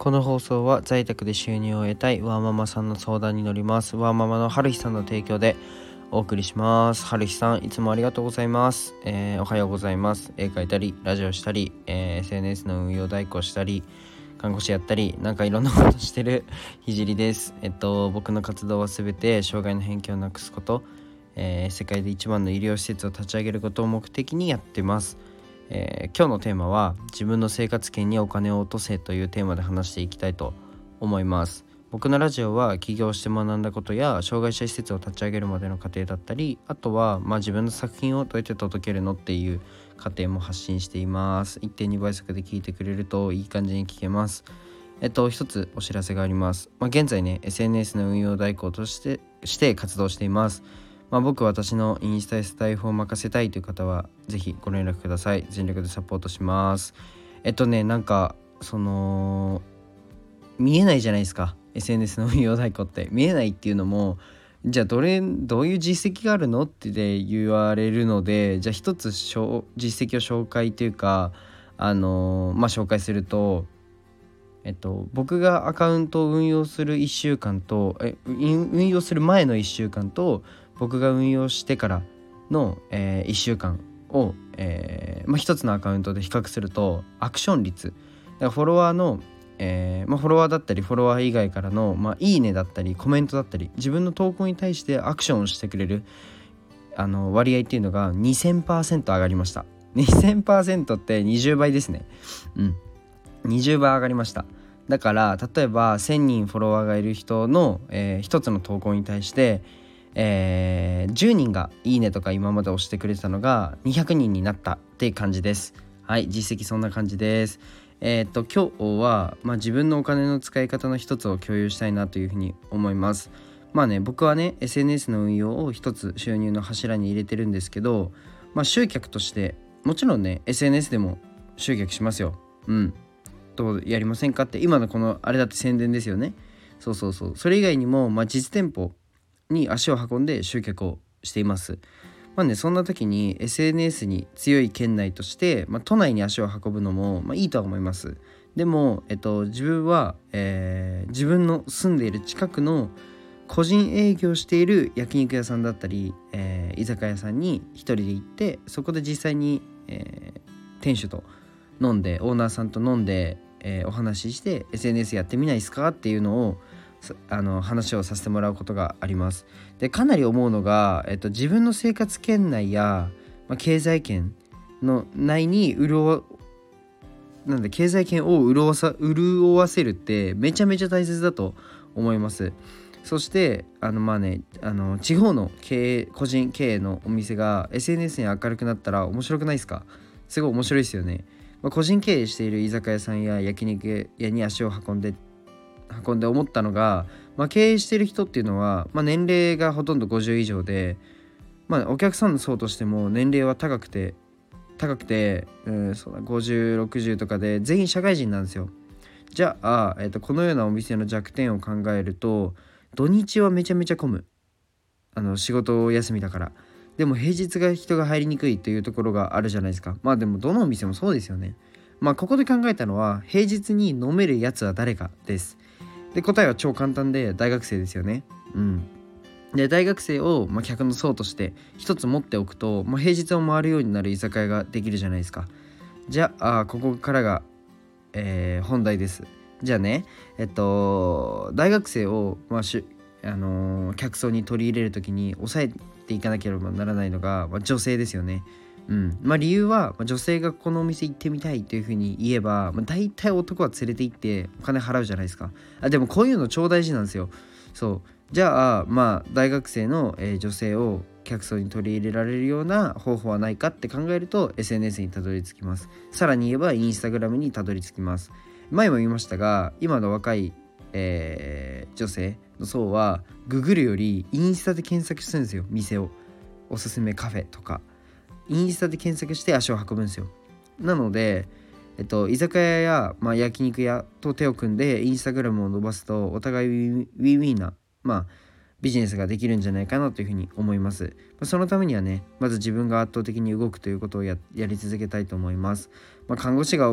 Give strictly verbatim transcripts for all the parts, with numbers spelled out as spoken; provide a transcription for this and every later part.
この放送は在宅で収入を得たいワーママさんの相談に乗ります。ワーママのはるひさんの提供でお送りします。はるひさん、いつもありがとうございます。えー、おはようございます。絵描いたり、ラジオしたり、えー、エスエヌエス の運用代行したり、看護師やったり、なんかいろんなことしてるひじりです。えっと僕の活動はすべて障害の偏見をなくすこと、えー、世界で一番の医療施設を立ち上げることを目的にやってます。えー、今日のテーマは自分の生活圏にお金を落とせというテーマで話していきたいと思います。僕のラジオは起業して学んだことや障害者施設を立ち上げるまでの過程だったり、あとはまあ自分の作品をどうやって届けるのっていう過程も発信しています。 いってんに 倍速で聞いてくれるといい感じに聞けます。えっと一つお知らせがあります。まあ、現在ね エスエヌエス の運用代行としてして活動しています。まあ、僕は私のインスタやスタイフを任せたいという方はぜひご連絡ください。全力でサポートします。えっとねなんかその見えないじゃないですか、 エスエヌエス の運用代行って見えないっていうのも、じゃあどれどういう実績があるのって言われるので、じゃあ一つ実績を紹介というかあのー、まあ紹介すると、えっと僕がアカウントを運用するいっしゅうかんとえ運用する前のいっしゅうかんと僕が運用してからの、えー、いっしゅうかんを、えーまあ、一つのアカウントで比較するとアクション率、だからフォロワーの、えーまあ、フォロワーだったりフォロワー以外からの、まあ、いいねだったりコメントだったり自分の投稿に対してアクションをしてくれるあの割合っていうのが にせんパーセント 上がりました。 にせんパーセント ってにじゅうばいですね。うんにじゅうばい上がりました。だから例えばせんにんフォロワーがいる人の、えー、一つの投稿に対してえー、じゅうにんがいいねとか今まで押してくれてたのがにひゃくにんになったっていう感じです。はい、実績そんな感じです。えー、っと今日は、まあ、自分のお金の使い方の一つを共有したいなというふうに思います。まあね僕はね エスエヌエス の運用を一つ収入の柱に入れてるんですけど、まあ、集客としてもちろんね エスエヌエス でも集客しますよ。うんどうやりませんかって、今のこのあれだって宣伝ですよね。そうそうそう。それ以外にも、まあ、実店舗に足を運んで集客をしています。まあね、そんな時に エスエヌエス に強い県内として、まあ、都内に足を運ぶのも、まあ、いいとは思います。でも、えっと、自分は、えー、自分の住んでいる近くの個人営業している焼肉屋さんだったり、えー、居酒屋さんに一人で行ってそこで実際に、えー、店主と飲んでオーナーさんと飲んで、えー、お話しして エスエヌエス やってみないですかっていうのをあの話をさせてもらうことがあります。でかなり思うのが、えっと、自分の生活圏内や、まあ、経済圏の内に潤なんで経済圏を潤さ潤わせるってめちゃめちゃ大切だと思います。そしてあのまあねあの地方の経営個人経営のお店が エスエヌエス に明るくなったら面白くないですか？すごい面白いですよね。まあ、個人経営している居酒屋さんや焼肉屋に足を運んで運んで思ったのが、まあ、経営している人っていうのは、まあ、年齢がほとんどごじゅう以上で、まあ、お客さんの層としても年齢は高くて高くて、うん、そうだごじゅう、ろくじゅうとかで全員社会人なんですよ。じゃあ、えーと、このようなお店の弱点を考えると土日はめちゃめちゃ混む、あの仕事休みだから。でも平日が人が入りにくいというところがあるじゃないですか。まあでもどのお店もそうですよね。まあここで考えたのは平日に飲めるやつは誰かです。で答えは超簡単で大学生ですよね。うんで大学生を、まあ、客の層として一つ持っておくと、まあ、平日を回るようになる居酒屋ができるじゃないですか。じゃあここからが、えー、本題です。じゃあねえっと大学生を、まあしあのー、客層に取り入れるときに抑えていかなければならないのが、まあ、女性ですよね。うんまあ、理由は、まあ、女性がこのお店行ってみたいというふうに言えば、まあ、大体男は連れて行ってお金払うじゃないですか。あでもこういうの超大事なんですよ。そうじゃあまあ大学生の、えー、女性を客層に取り入れられるような方法はないかって考えると エスエヌエス にたどり着きます。さらに言えばインスタグラムにたどり着きます。前も言いましたが今の若い、えー、女性の層はググるよりインスタで検索するんですよ。店をおすすめカフェとかインスタで検索して足を運ぶんですよ。なので、えっと、居酒屋や、まあ、焼肉屋と手を組んでインスタグラムを伸ばすとお互いウィンウィンな、まあ、ビジネスができるんじゃないかなというふうに思います。そのためにはねまず自分が圧倒的に動くということを や, やり続けたいと思います。まあ、看護師が終わっ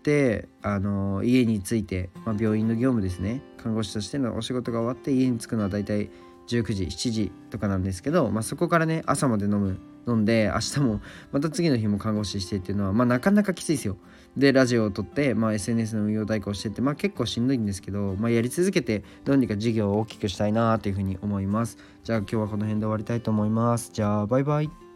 ってあの家に着いて、まあ、病院の業務ですね、看護師としてのお仕事が終わって家に着くのはだいたいじゅうくじしちじとかなんですけど、まあ、そこからね朝まで飲む飲んで明日もまた次の日も看護師してっていうのは、まあ、なかなかきついですよ。でラジオを撮って、まあ、エスエヌエス の運用代行してって、まあ、結構しんどいんですけど、まあ、やり続けてどうにか事業を大きくしたいなというふうに思います。じゃあ今日はこの辺で終わりたいと思います。じゃあバイバイ。